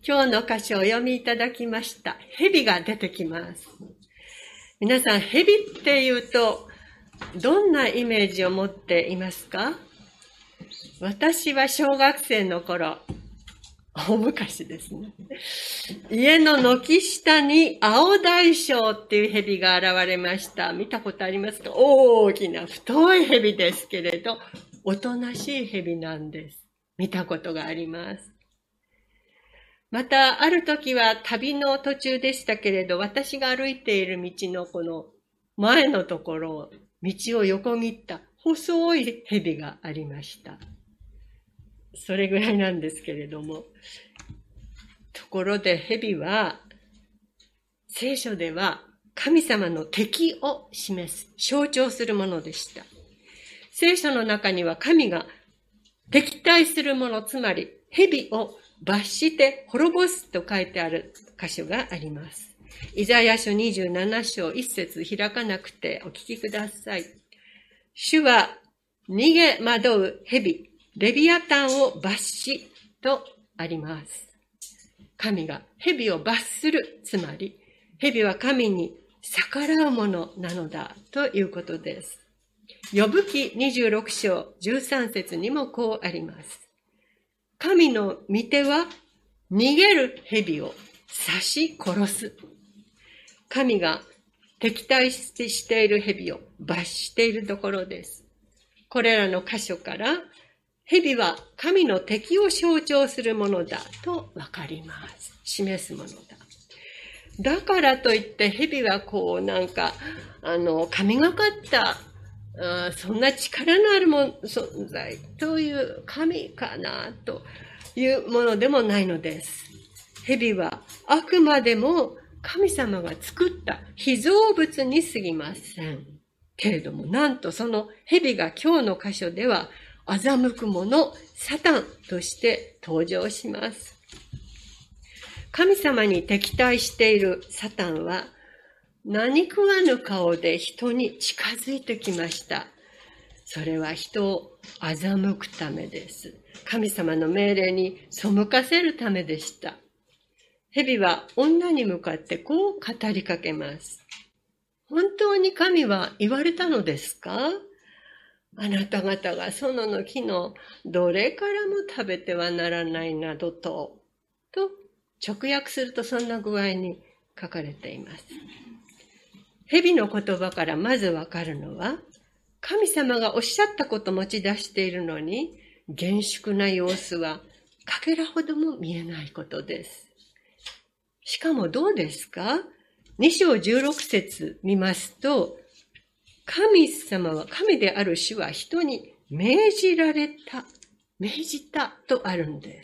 今日の箇所をお読みいただきました。蛇が出てきます。皆さん、蛇っていうと、どんなイメージを持っていますか？私は小学生の頃、大昔ですね。家の軒下に青大将っていう蛇が現れました。見たことありますか？大きな太い蛇ですけれど、おとなしい蛇なんです。見たことがあります。また、ある時は旅の途中でしたけれど、私が歩いている道のこの前のところ、道を横切った細い蛇がありました。それぐらいなんですけれども、ところで蛇は、聖書では神様の敵を示す、象徴するものでした。聖書の中には神が敵対するもの、つまり蛇を罰して滅ぼすと書いてある箇所があります。イザヤ書27章1節開かなくてお聞きください。主は逃げ惑う蛇、レビアタンを罰しとあります。神が蛇を罰する、つまり蛇は神に逆らうものなのだということです。ヨブ記26章13節にもこうあります。神の御手は逃げる蛇を刺し殺す。神が敵対している蛇を罰しているところです。これらの箇所から蛇は神の敵を象徴するものだとわかります。示すものだ。だからといって蛇はこうなんか神がかったそんな力のある存在という神かなというものでもないのです。蛇はあくまでも神様が作った被造物に過ぎません。けれどもなんとその蛇が今日の箇所では欺く者サタンとして登場します。神様に敵対しているサタンは何食わぬ顔で人に近づいてきました。それは人を欺くためです。神様の命令に背かせるためでした。蛇は女に向かってこう語りかけます。本当に神は言われたのですか？あなた方が園の木のどれからも食べてはならないなどと直訳するとそんな具合に書かれています。蛇の言葉からまずわかるのは、神様がおっしゃったことを持ち出しているのに、厳粛な様子はかけらほども見えないことです。しかもどうですか？2章16節見ますと、神様は、神である主は人に命じたとあるんです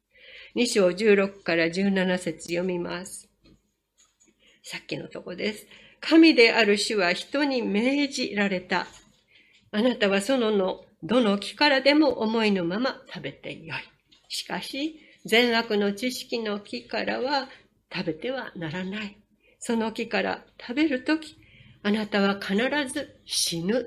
。2章16から17節読みます。さっきのとこです。神である主は人に命じられた。あなたは園のどの木からでも思いのまま食べてよい。しかし、善悪の知識の木からは食べてはならない。その木から食べるとき、あなたは必ず死ぬ。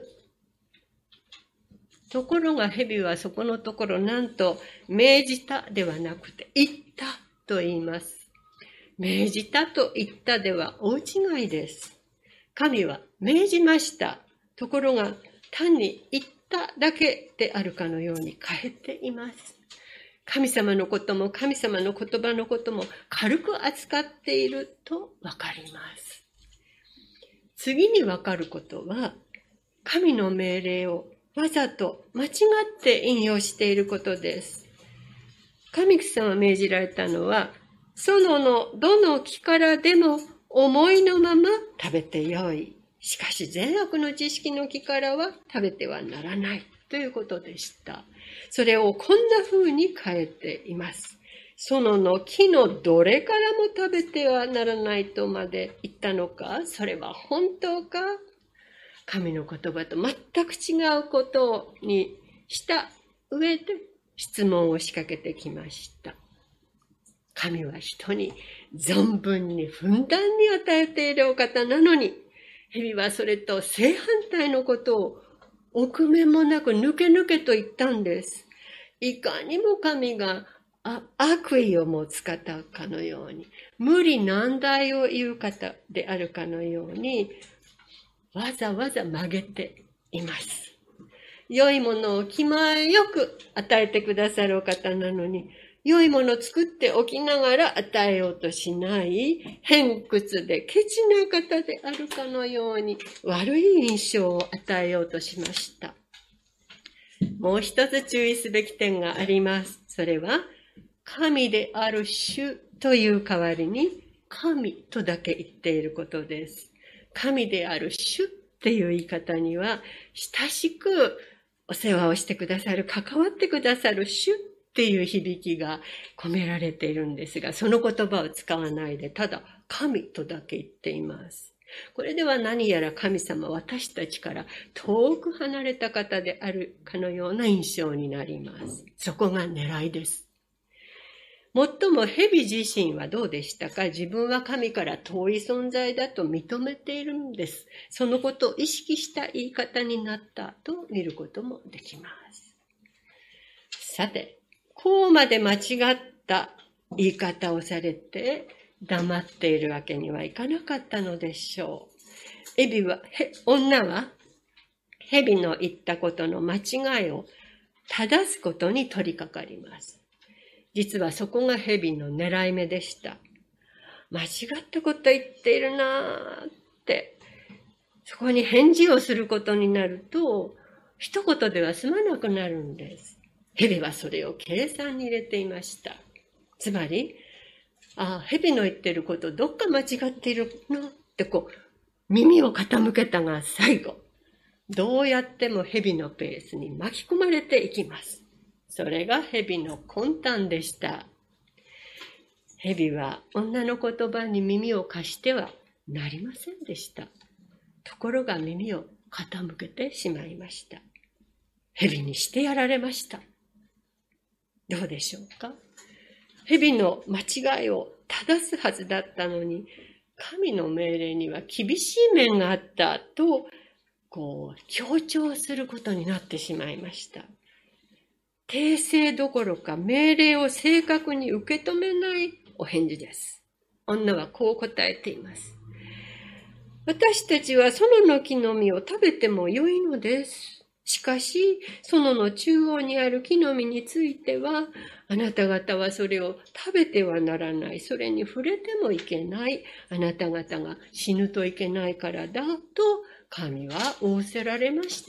ところが蛇はそこのところなんと命じたではなくて言ったと言います。命じたと言ったでは大違いです。神は命じました。ところが単に言っただけであるかのように変えています。神様のことも神様の言葉のことも軽く扱っているとわかります。次にわかることは、神の命令をわざと間違って引用していることです。神様が命じられたのは、園のどの木からでも思いのまま食べてよい。しかし善悪の知識の木からは食べてはならないということでした。それをこんな風に変えています。園の木のどれからも食べてはならないとまで言ったのか？それは本当か？神の言葉と全く違うことにした上で質問を仕掛けてきました。神は人に存分にふんだんに与えているお方なのに、蛇はそれと正反対のことを臆面もなく抜け抜けと言ったんです。いかにも神が悪意を持つ方かのように、無理難題を言う方であるかのように、わざわざ曲げています。良いものを気前よく与えてくださるお方なのに、良いものを作っておきながら与えようとしない偏屈でケチな方であるかのように悪い印象を与えようとしました。もう一つ注意すべき点があります。それは、神である主という代わりに神とだけ言っていることです。神である主っていう言い方には、親しくお世話をしてくださる、関わってくださる主っていう響きが込められているんですが、その言葉を使わないで、ただ神とだけ言っています。これでは何やら神様、私たちから遠く離れた方であるかのような印象になります。そこが狙いです。もっとも蛇自身はどうでしたか？自分は神から遠い存在だと認めているんです。そのことを意識した言い方になったと見ることもできます。さて、こうまで間違った言い方をされて黙っているわけにはいかなかったのでしょう。女は蛇の言ったことの間違いを正すことに取り掛かります。実はそこが蛇の狙い目でした。間違ったこと言っているなーって、そこに返事をすることになると、一言では済まなくなるんです。蛇はそれを計算に入れていました。つまり、蛇の言ってることどっか間違っているなって耳を傾けたが最後、どうやっても蛇のペースに巻き込まれていきます。それが蛇の魂胆でした。蛇は女の言葉に耳を貸してはなりませんでした。ところが耳を傾けてしまいました。蛇にしてやられました。どうでしょうか？蛇の間違いを正すはずだったのに、神の命令には厳しい面があったと、強調することになってしまいました。訂正どころか命令を正確に受け止めないお返事です。女はこう答えています。私たちは園の木の実を食べてもよいのです。しかし、園の中央にある木の実については、あなた方はそれを食べてはならない。それに触れてもいけない。あなた方が死ぬといけないからだと、神は仰せられました。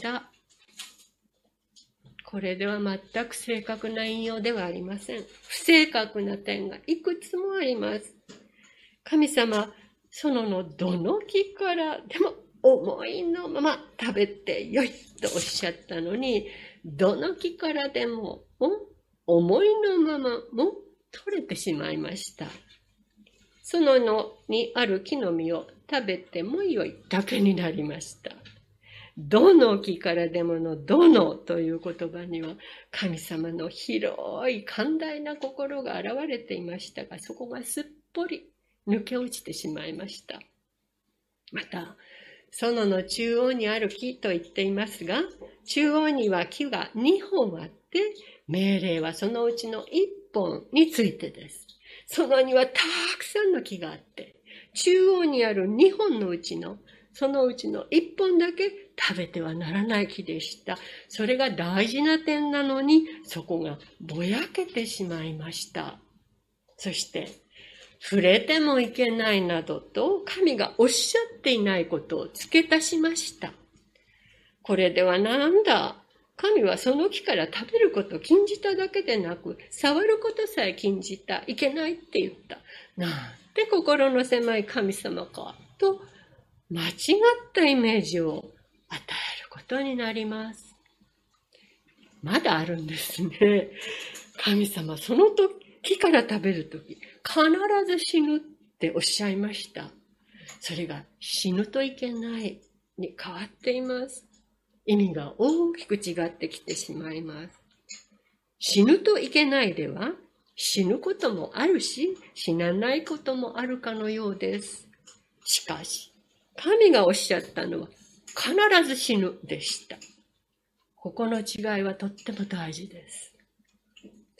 これでは全く正確な引用ではありません。不正確な点がいくつもあります。神様、園のどの木からでも思いのまま食べてよいとおっしゃったのに、どの木からでも思いのままも取れてしまいました。園にある木の実を食べてもよいだけになりました。どの木からでものどのという言葉には神様の広い寛大な心が現れていましたが、そこがすっぽり抜け落ちてしまいました。また、園の中央にある木と言っていますが、中央には木が2本あって、命令はそのうちの1本についてです。園にはたくさんの木があって、中央にある2本のうちのそのうちの1本だけ食べてはならない木でした。それが大事な点なのに、そこがぼやけてしまいました。そして、触れてもいけないなどと神がおっしゃっていないことを付け足しました。これではなんだ。神はその木から食べることを禁じただけでなく、触ることさえ禁じた。いけないって言った。なんて心の狭い神様か。と、間違ったイメージを与えることになります。まだあるんですね。神様、その木から食べるとき、必ず死ぬっておっしゃいました。それが死ぬといけないに変わっています。意味が大きく違ってきてしまいます。死ぬといけないでは、死ぬこともあるし、死なないこともあるかのようです。しかし、神がおっしゃったのは必ず死ぬでした。ここの違いはとっても大事です。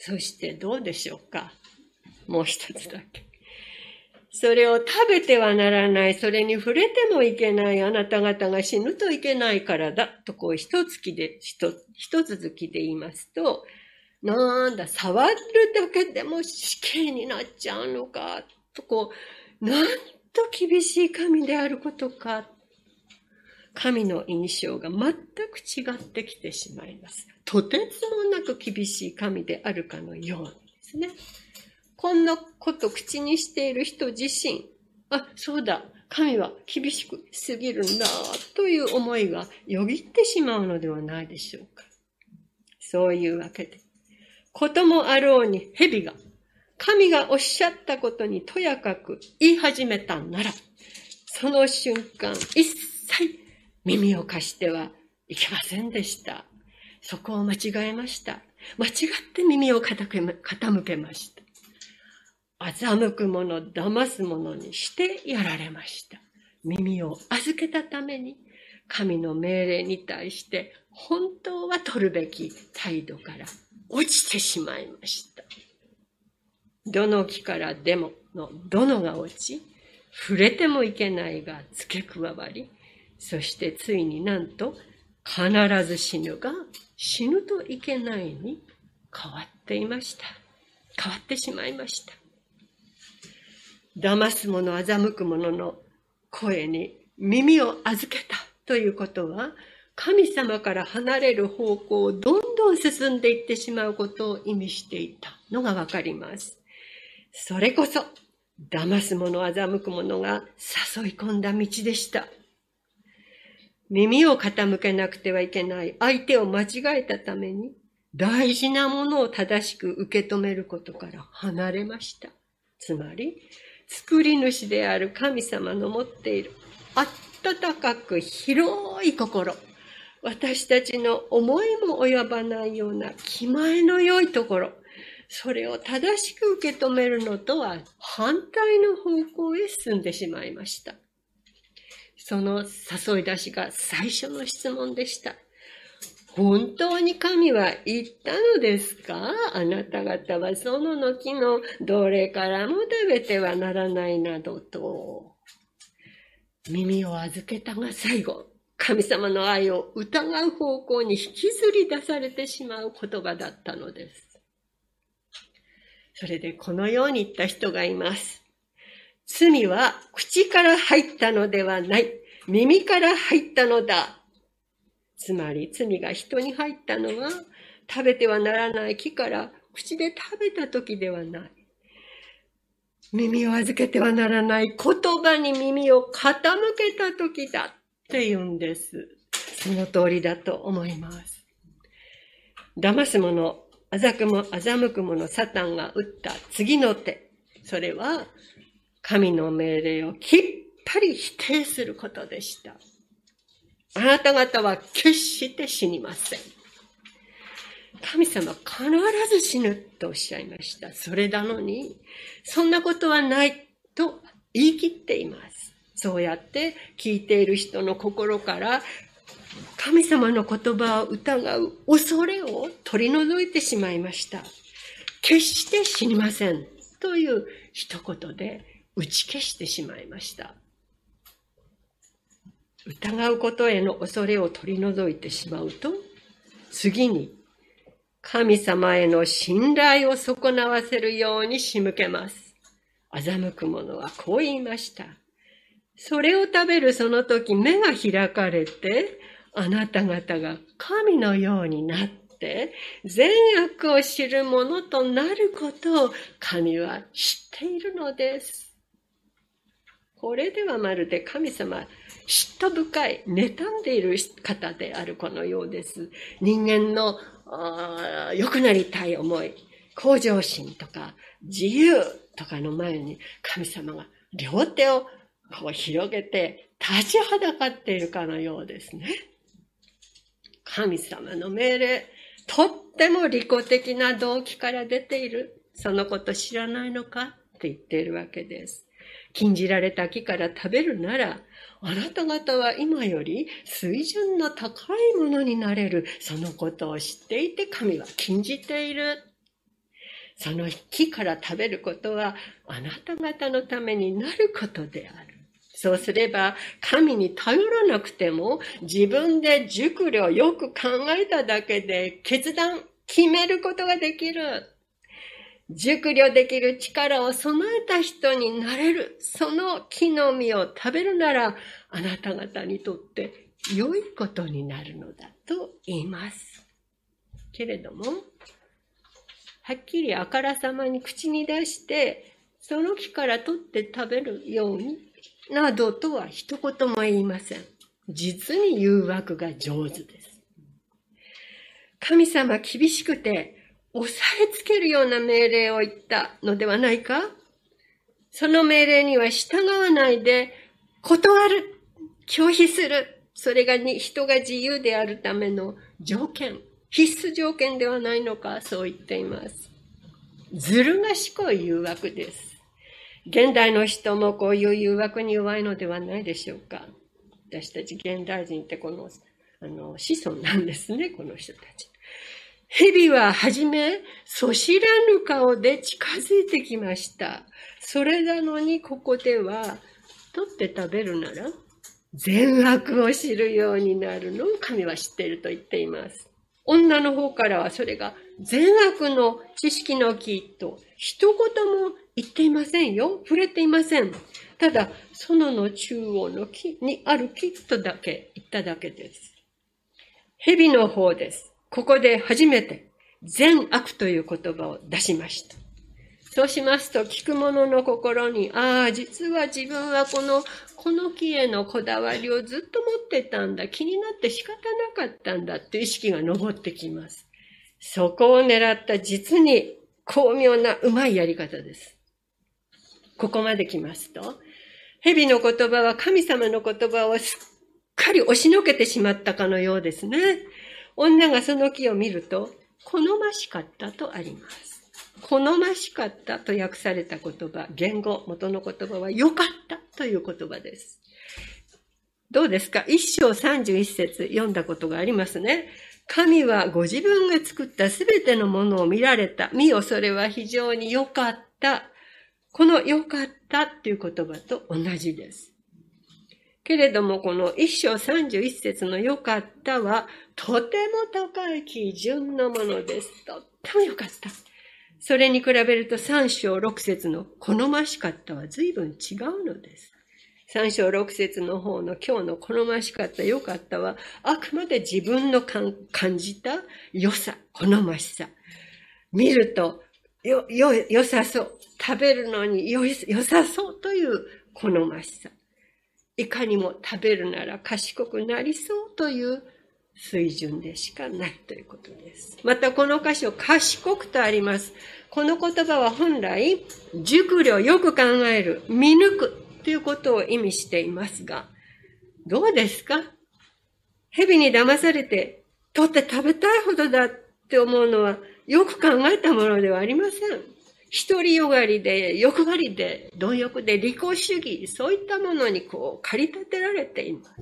そしてどうでしょうか。もう一つだけ。それを食べてはならない、それに触れてもいけない、あなた方が死ぬといけないからだ、とこう一続きで言いますと、なんだ、触るだけでも死刑になっちゃうのか、とこう、なんと厳しい神であることか。神の印象が全く違ってきてしまいます。とてつもなく厳しい神であるかのようにですね。こんなこと口にしている人自身、あ、そうだ、神は厳しくすぎるんだ、という思いがよぎってしまうのではないでしょうか。そういうわけで、こともあろうに蛇が、神がおっしゃったことにとやかく言い始めたなら、その瞬間、一切耳を貸してはいけませんでした。そこを間違えました。間違って耳を傾けました。欺く者、騙す者にしてやられました。耳を預けたために、神の命令に対して本当は取るべき態度から落ちてしまいました。どの木からでものどのが落ち、触れてもいけないが付け加わり、そしてついになんと必ず死ぬが死ぬといけないに変わっていました。変わってしまいました。騙す者、欺く者の声に耳を預けたということは、神様から離れる方向をどんどん進んでいってしまうことを意味していたのがわかります。それこそ、騙す者、欺く者が誘い込んだ道でした。耳を傾けなくてはいけない相手を間違えたために、大事なものを正しく受け止めることから離れました。つまり、作り主である神様の持っている温かく広い心、私たちの思いも及ばないような気前の良いところ、それを正しく受け止めるのとは反対の方向へ進んでしまいました。その誘い出しが最初の質問でした。本当に神は言ったのですか？あなた方はその木のどれからも食べてはならないなどと。耳を預けたが最後、神様の愛を疑う方向に引きずり出されてしまう言葉だったのです。それでこのように言った人がいます。罪は口から入ったのではない。耳から入ったのだ。つまり罪が人に入ったのは食べてはならない木から口で食べた時ではない。耳を預けてはならない言葉に耳を傾けた時だって言うんです。その通りだと思います。騙す者、欺く者、サタンが打った次の手。それは神の命令をきっぱり否定することでした。あなた方は決して死にません。神様は必ず死ぬとおっしゃいました。それなのに、そんなことはないと言い切っています。そうやって聞いている人の心から神様の言葉を疑う恐れを取り除いてしまいました。決して死にませんという一言で打ち消してしまいました。疑うことへの恐れを取り除いてしまうと、次に神様への信頼を損なわせるように仕向けます。欺く者はこう言いました。それを食べるその時目が開かれて、あなた方が神のようになって、善悪を知る者となることを神は知っているのです。これではまるで神様、嫉妬深い、妬んでいる方であるこのようです。人間の良くなりたい思い、向上心とか自由とかの前に神様が両手をこう広げて立ちはだかっているかのようですね。神様の命令、とっても利己的な動機から出ている。そのこと知らないのかって言っているわけです。禁じられた木から食べるなら、あなた方は今より水準の高いものになれる。そのことを知っていて神は禁じている。 その木から食べることはあなた方のためになることである。そうすれば神に頼らなくても自分で熟慮よく考えただけで決めることができる。熟慮できる力を備えた人になれる。その木の実を食べるならあなた方にとって良いことになるのだと言います。けれども、はっきりあからさまに口に出してその木から取って食べるようになどとは一言も言いません。実に誘惑が上手です。神様厳しくて押さえつけるような命令を言ったのではないか？その命令には従わないで断る、拒否する。それが人が自由であるための条件、必須条件ではないのか、そう言っています。ずる賢い誘惑です。現代の人もこういう誘惑に弱いのではないでしょうか。私たち現代人って子孫なんですね、この人たち。蛇ははじめ、そ知らぬ顔で近づいてきました。それなのにここでは、取って食べるなら、善悪を知るようになるのを神は知っていると言っています。女の方からはそれが善悪の知識の木と一言も言っていませんよ。触れていません。ただ、園の中央の木にある木とだけ言っただけです。蛇の方です。ここで初めて善悪という言葉を出しました。そうしますと聞く者の心に、実は自分はこの木へのこだわりをずっと持ってたんだ。気になって仕方なかったんだっていう意識が上ってきます。そこを狙った実に巧妙なうまいやり方です。ここまで来ますと、蛇の言葉は神様の言葉をすっかり押しのけてしまったかのようですね。女がその木を見ると、好ましかったとあります。好ましかったと訳された言葉、元の言葉は良かったという言葉です。どうですか？1章31節読んだことがありますね。神はご自分が作ったすべてのものを見られた。見よ、それは非常に良かった。この良かったっていう言葉と同じです。けれども、この1章31節の良かったは、とても高い基準のものです。とっても良かった。それに比べると3章6節の好ましかったは随分違うのです。3章6節の方の今日の好ましかった、良かったは、あくまで自分の感じた良さ、好ましさ。見ると、良さそう。食べるのに良さそうという好ましさ。いかにも食べるなら賢くなりそうという水準でしかないということです。またこの箇所、賢くとあります。この言葉は本来、熟慮、よく考える、見抜くということを意味していますが、どうですか？蛇に騙されて、取って食べたいほどだって思うのは、よく考えたものではありません。独りよがりで、欲張りで、貪欲で、利己主義、そういったものに駆り立てられています。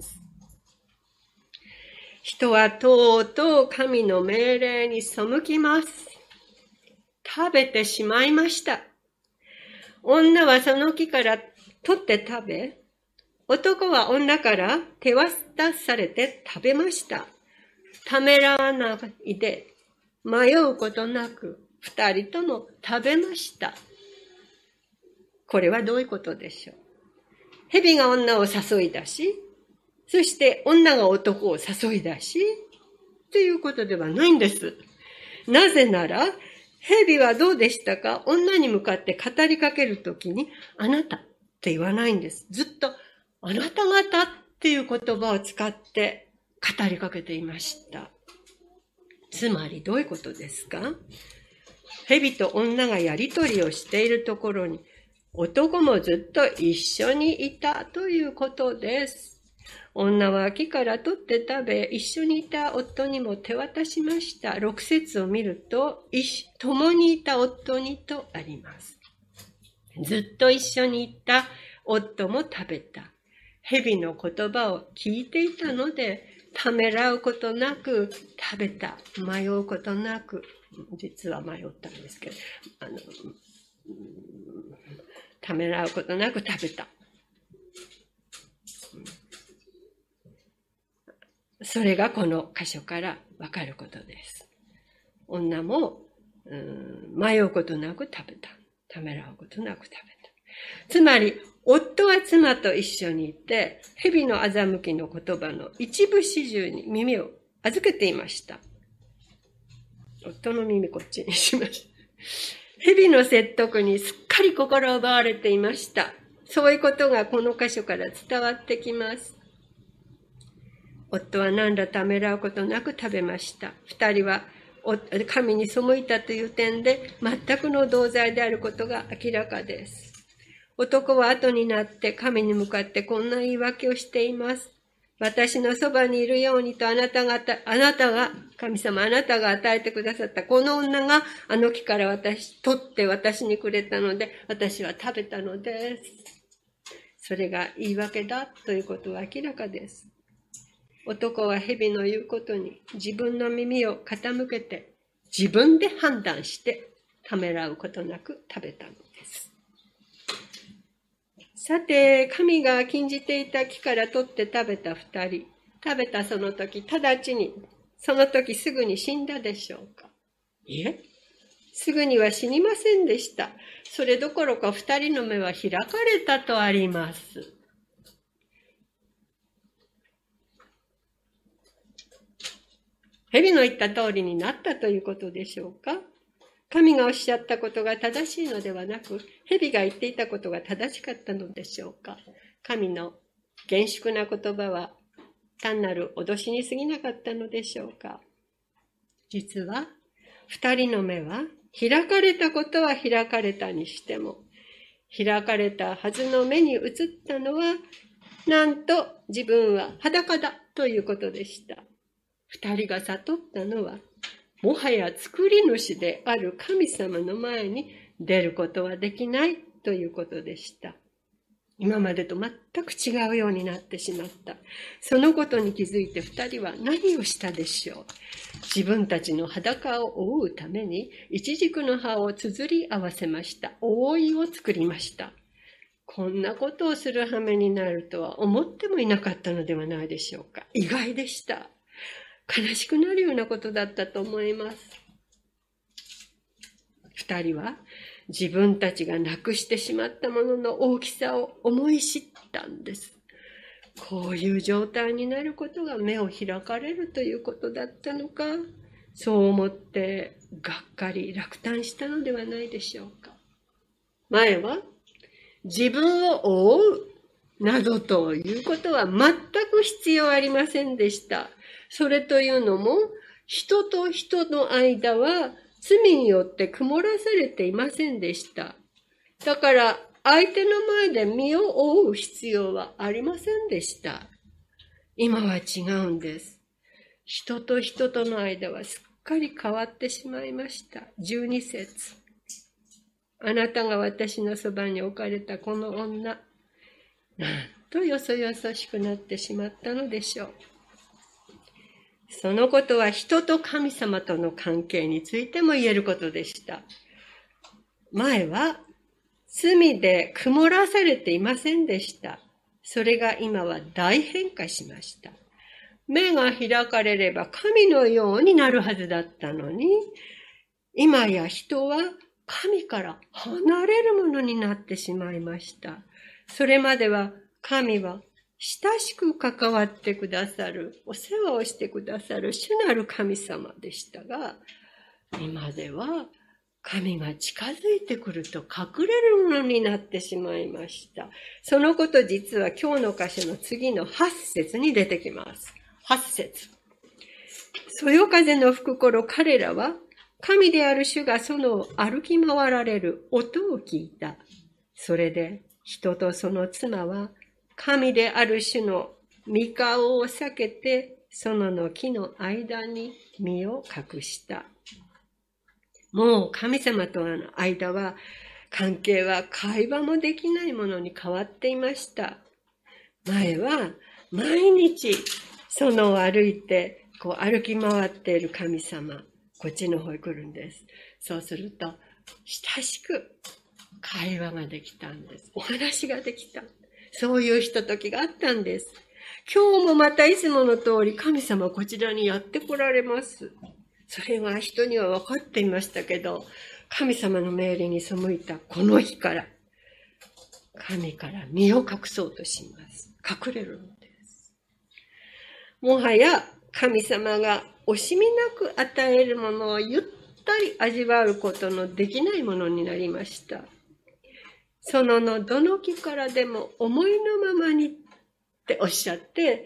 人はとうとう神の命令に背きます。食べてしまいました。女はその木から取って食べ、男は女から手渡されて食べました。ためらわないで、迷うことなく、二人とも食べました。これはどういうことでしょう？蛇が女を誘い出し、そして女が男を誘い出し、ということではないんです。なぜなら、蛇はどうでしたか？女に向かって語りかけるときに、あなたって言わないんです。ずっと、あなた方っていう言葉を使って語りかけていました。つまりどういうことですか？蛇と女がやりとりをしているところに、男もずっと一緒にいたということです。女は木から取って食べ、一緒にいた夫にも手渡しました。6節を見ると、共にいた夫にとあります。ずっと一緒にいた夫も食べた。蛇の言葉を聞いていたので、ためらうことなく食べた。迷うことなく実は迷ったんですけど、ためらうことなく食べた。それがこの箇所からわかることです。女も迷うことなく食べた。ためらうことなく食べた。つまり、夫は妻と一緒にいて、蛇の欺きの言葉の一部始終に耳を預けていました。夫の耳こっちにしました。蛇の説得にすっかり心を奪われていました。そういうことがこの箇所から伝わってきます。夫は何らためらうことなく食べました。二人は神に背いたという点で全くの同罪であることが明らかです。男は後になって神に向かってこんな言い訳をしています。私のそばにいるようにと神様あなたが与えてくださったこの女があの木から取って私にくれたので私は食べたのです。それが言い訳だということは明らかです。男は蛇の言うことに自分の耳を傾けて自分で判断してためらうことなく食べたのです。さて、神が禁じていた木から取って食べた二人、食べたその時、その時すぐに死んだでしょうか？いえ、すぐには死にませんでした。それどころか二人の目は開かれたとあります。蛇の言った通りになったということでしょうか？神がおっしゃったことが正しいのではなく、蛇が言っていたことが正しかったのでしょうか？神の厳粛な言葉は単なる脅しに過ぎなかったのでしょうか？実は、二人の目は開かれたことは開かれたにしても、開かれたはずの目に映ったのは、なんと自分は裸だということでした。二人が悟ったのは、もはや作り主である神様の前に出ることはできないということでした。今までと全く違うようになってしまった。そのことに気づいて二人は何をしたでしょう。自分たちの裸を覆うためにイチジクの葉を綴り合わせました。覆いを作りました。こんなことをする羽目になるとは思ってもいなかったのではないでしょうか。意外でした。悲しくなるようなことだったと思います。二人は自分たちがなくしてしまったものの大きさを思い知ったんです。こういう状態になることが目を開かれるということだったのか、そう思ってがっかり落胆したのではないでしょうか。前は自分を覆うなどということは全く必要ありませんでした。それというのも、人と人の間は罪によって曇らされていませんでした。だから、相手の前で身を覆う必要はありませんでした。今は違うんです。人と人との間はすっかり変わってしまいました。12節。あなたが私のそばに置かれたこの女、なんとよそよそしくなってしまったのでしょう。そのことは人と神様との関係についても言えることでした。前は罪で曇らされていませんでした。それが今は大変化しました。目が開かれれば神のようになるはずだったのに、今や人は神から離れるものになってしまいました。それまでは神は親しく関わってくださる、お世話をしてくださる主なる神様でしたが、今では神が近づいてくると隠れるものになってしまいました。そのこと実は今日の箇所の次の8節に出てきます。8節。そよ風の吹く頃彼らは神である主が園を歩き回られる音を聞いた。それで人とその妻は神である主の御顔を避けて、園の木の間に身を隠した。もう神様との間は、関係は会話もできないものに変わっていました。前は毎日園を歩いて、歩き回っている神様。 こっちの方へ来るんです。そうすると、親しく会話ができたんです。お話ができた。そういうひとときがあったんです。今日もまたいつもの通り神様はこちらにやって来られます。それは人には分かっていましたけど、神様の命令に背いたこの日から、神から身を隠そうとします。隠れるのです。もはや神様が惜しみなく与えるものをゆったり味わうことのできないものになりました。園のどの木からでも思いのままにっておっしゃって、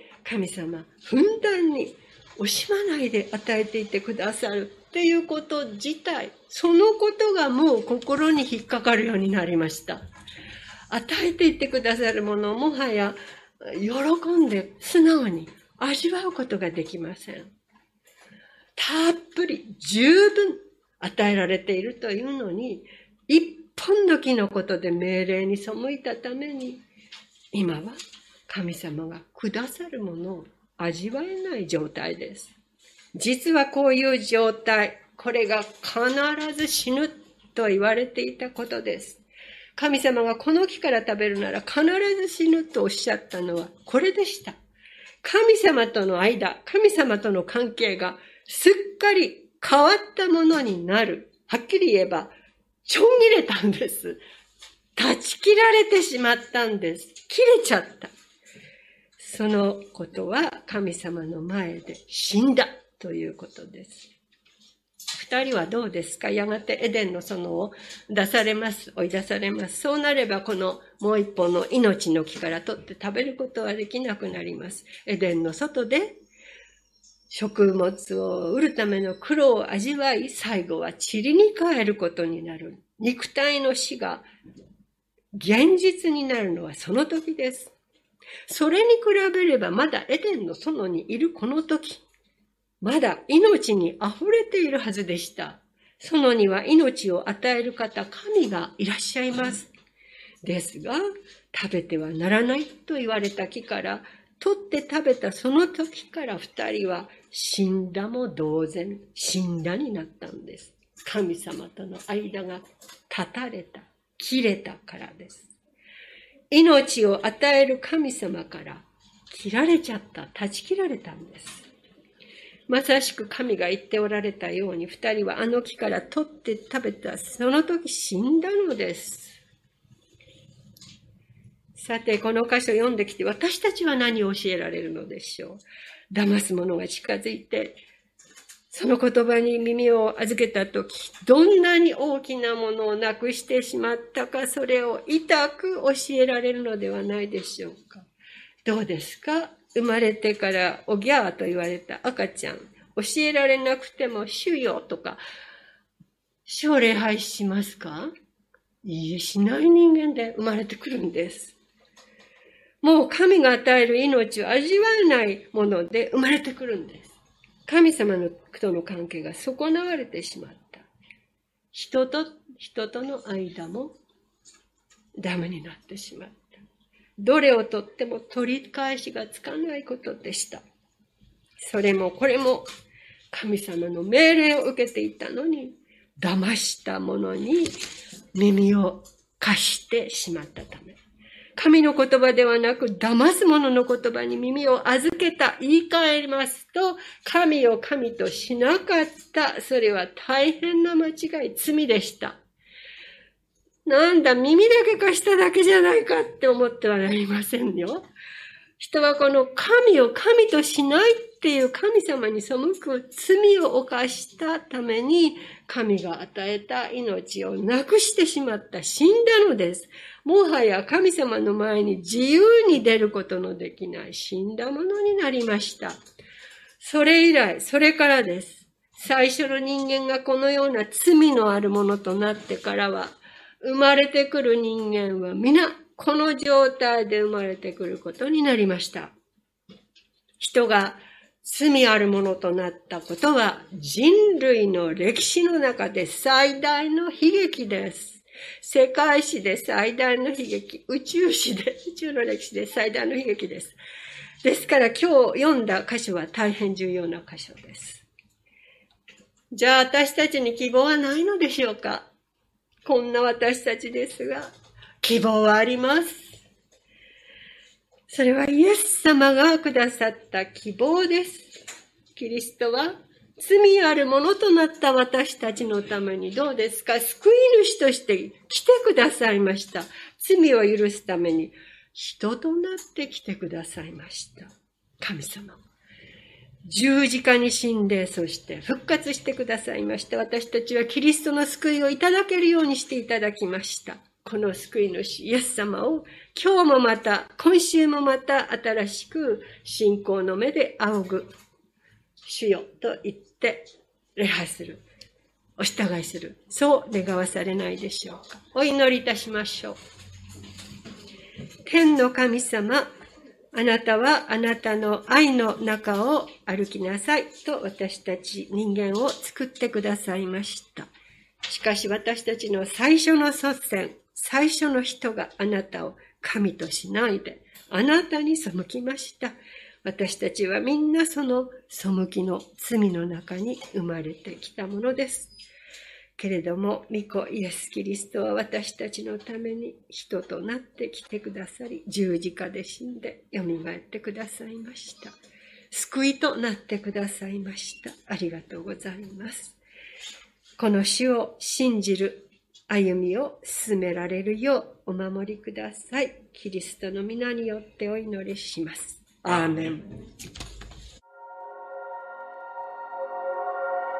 神様、ふんだんに惜しまないで与えていてくださるっていうこと自体、そのことがもう心に引っかかるようになりました。与えていってくださるものをもはや喜んで素直に味わうことができません。たっぷり十分与えられているというのに、一本の木のことで命令に背いたために、今は神様がくださるものを味わえない状態です。実はこういう状態、これが必ず死ぬと言われていたことです。神様がこの木から食べるなら必ず死ぬとおっしゃったのはこれでした。神様との間、神様との関係がすっかり変わったものになる。はっきり言えば、ちょん切れたんです。断ち切られてしまったんです。切れちゃった。そのことは神様の前で死んだということです。二人はどうですか？やがてエデンの園を出されます。追い出されます。そうなればこのもう一本の命の木から取って食べることはできなくなります。エデンの外で食物を売るための苦労を味わい、最後は塵に変えることになる。肉体の死が現実になるのはその時です。それに比べればまだエデンの園にいるこの時、まだ命に溢れているはずでした。園には命を与える方、神がいらっしゃいます。ですが、食べてはならないと言われた木から、取って食べたその時から二人は死んだも同然、死んだになったんです。神様との間が断たれた、切れたからです。命を与える神様から切られちゃった、断ち切られたんです。まさしく神が言っておられたように、二人はあの木から取って食べたその時死んだのです。さて、この箇所読んできて、私たちは何を教えられるのでしょう。騙す者が近づいて、その言葉に耳を預けたとき、どんなに大きなものをなくしてしまったか、それを痛く教えられるのではないでしょうか。どうですか？生まれてからおぎゃーと言われた赤ちゃん、教えられなくても主よとか、主を礼拝しますか？いいえ、しない人間で生まれてくるんです。もう神が与える命を味わえないもので生まれてくるんです。神様との関係が損なわれてしまった。人との間もダメになってしまった。どれをとっても取り返しがつかないことでした。それもこれも神様の命令を受けていたのに、騙した者に耳を貸してしまったため。神の言葉ではなく、騙す者の言葉に耳を預けた。言い換えますと、神を神としなかった。それは大変な間違い、罪でした。なんだ、耳だけ貸しただけじゃないかって思ってはなりませんよ。人はこの神を神としないっていう神様に背く罪を犯したために、神が与えた命をなくしてしまった、死んだのです。もはや神様の前に自由に出ることのできない死んだものになりました。それ以来、それからです。最初の人間がこのような罪のあるものとなってからは、生まれてくる人間は皆この状態で生まれてくることになりました。人が罪あるものとなったことは人類の歴史の中で最大の悲劇です。世界史で最大の悲劇、宇宙の歴史で最大の悲劇です。ですから今日読んだ箇所は大変重要な箇所です。 じゃあ私たちに希望はないのでしょうか。こんな私たちですが、希望はあります。それはイエス様がくださった希望です。キリストは罪あるものとなった私たちのためにどうですか、救い主として来てくださいました。罪を許すために人となって来てくださいました。神様。十字架に死んで、そして復活してくださいました。私たちはキリストの救いをいただけるようにしていただきました。この救い主イエス様を今日もまた、今週もまた新しく信仰の目で仰ぐ。主よと言って礼拝する。お従いする。そう願わされないでしょうか。お祈りいたしましょう。天の神様、あなたはあなたの愛の中を歩きなさいと私たち人間を作ってくださいました。しかし私たちの最初の祖先、最初の人があなたを神としないで、あなたに背きました。私たちはみんなその背きの罪の中に生まれてきたものです。けれども、御子イエス・キリストは私たちのために人となって来てくださり、十字架で死んで蘇ってくださいました。救いとなってくださいました。ありがとうございます。この主を信じる歩みを進められるようお守りください。キリストの皆によってお祈りします。アーメン。